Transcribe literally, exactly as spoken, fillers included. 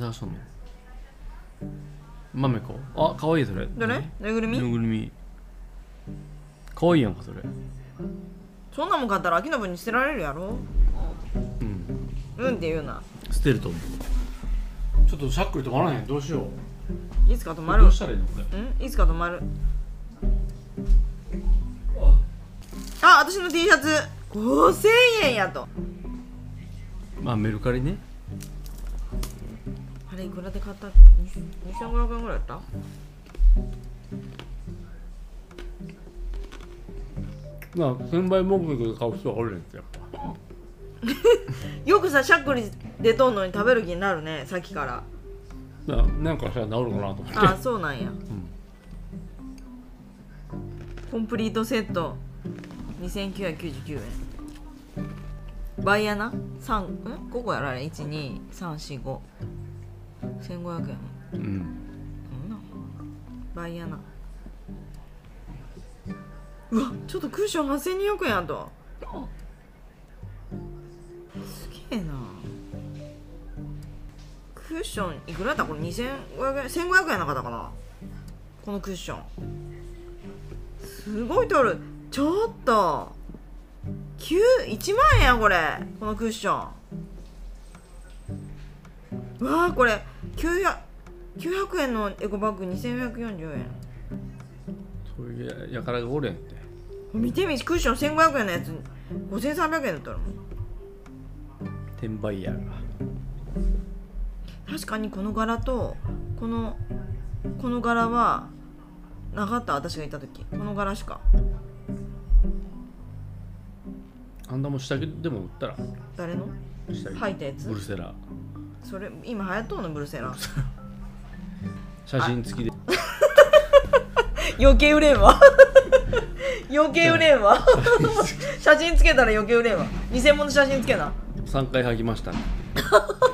探しとんの。豆子。あ、かわいいそれ。 どれ？ぬいぐるみ？ ぬいぐるみ。かわいいやんかそれ。 そんなもん買ったら秋の分に捨てられるやろ。 うん。 うんって言うな。 捨てると思う。ちょっとしゃっくり止まらへん。どうしよう。いつか止まる。 どうしたらいいのこれ。 うん？いつか止まる。あ、私の T シャツごせんえんやと。 まあメルカリね。 あれいくらで買った？にせんごひゃくえんぐらいやった？ まあ転売目的で買う人はおるねんってやっぱ。 よくさしゃっくり出とんのに食べる気になるね、さっきから。 な, なんかさ治るかなと思って。 ああ、そうなんや、うん、コンプリートセットにせんきゅうひゃくきゅうじゅうきゅうえん。倍やな。さんんごこやられ。いちにさんしごせんごひゃくえん。うん、うん、倍やな。うわ、ちょっとクッションはっせんにひゃくえんやと。すげえな。クッションいくらやったこれ。にせんごひゃくえんせんごひゃくえんなかったかなこのクッション。すごい取る。ちょっときゅういちまんえんやこれ。このクッション。うわー、これきゅうひゃく、きゅうひゃくえんのエコバッグにせんよんひゃくよんじゅうえん。 そういうやからがおるやんって。 見てみ、クッションせんごひゃくえんのやつごせんさんびゃくえんだったらもう転売ヤーが。 確かにこの柄とこのこの柄はなかった。私がいた時この柄しか。 あんなも下着でも売ったら。 誰の下着履いたやつ？ ブルセラ。 それ今流行っとうのブルセラ。 写真付きで。 余計売れんわ。余計売れんわ。写真つけたら余計売れんわ。偽物の写真つけな。 さんかい履きましたね。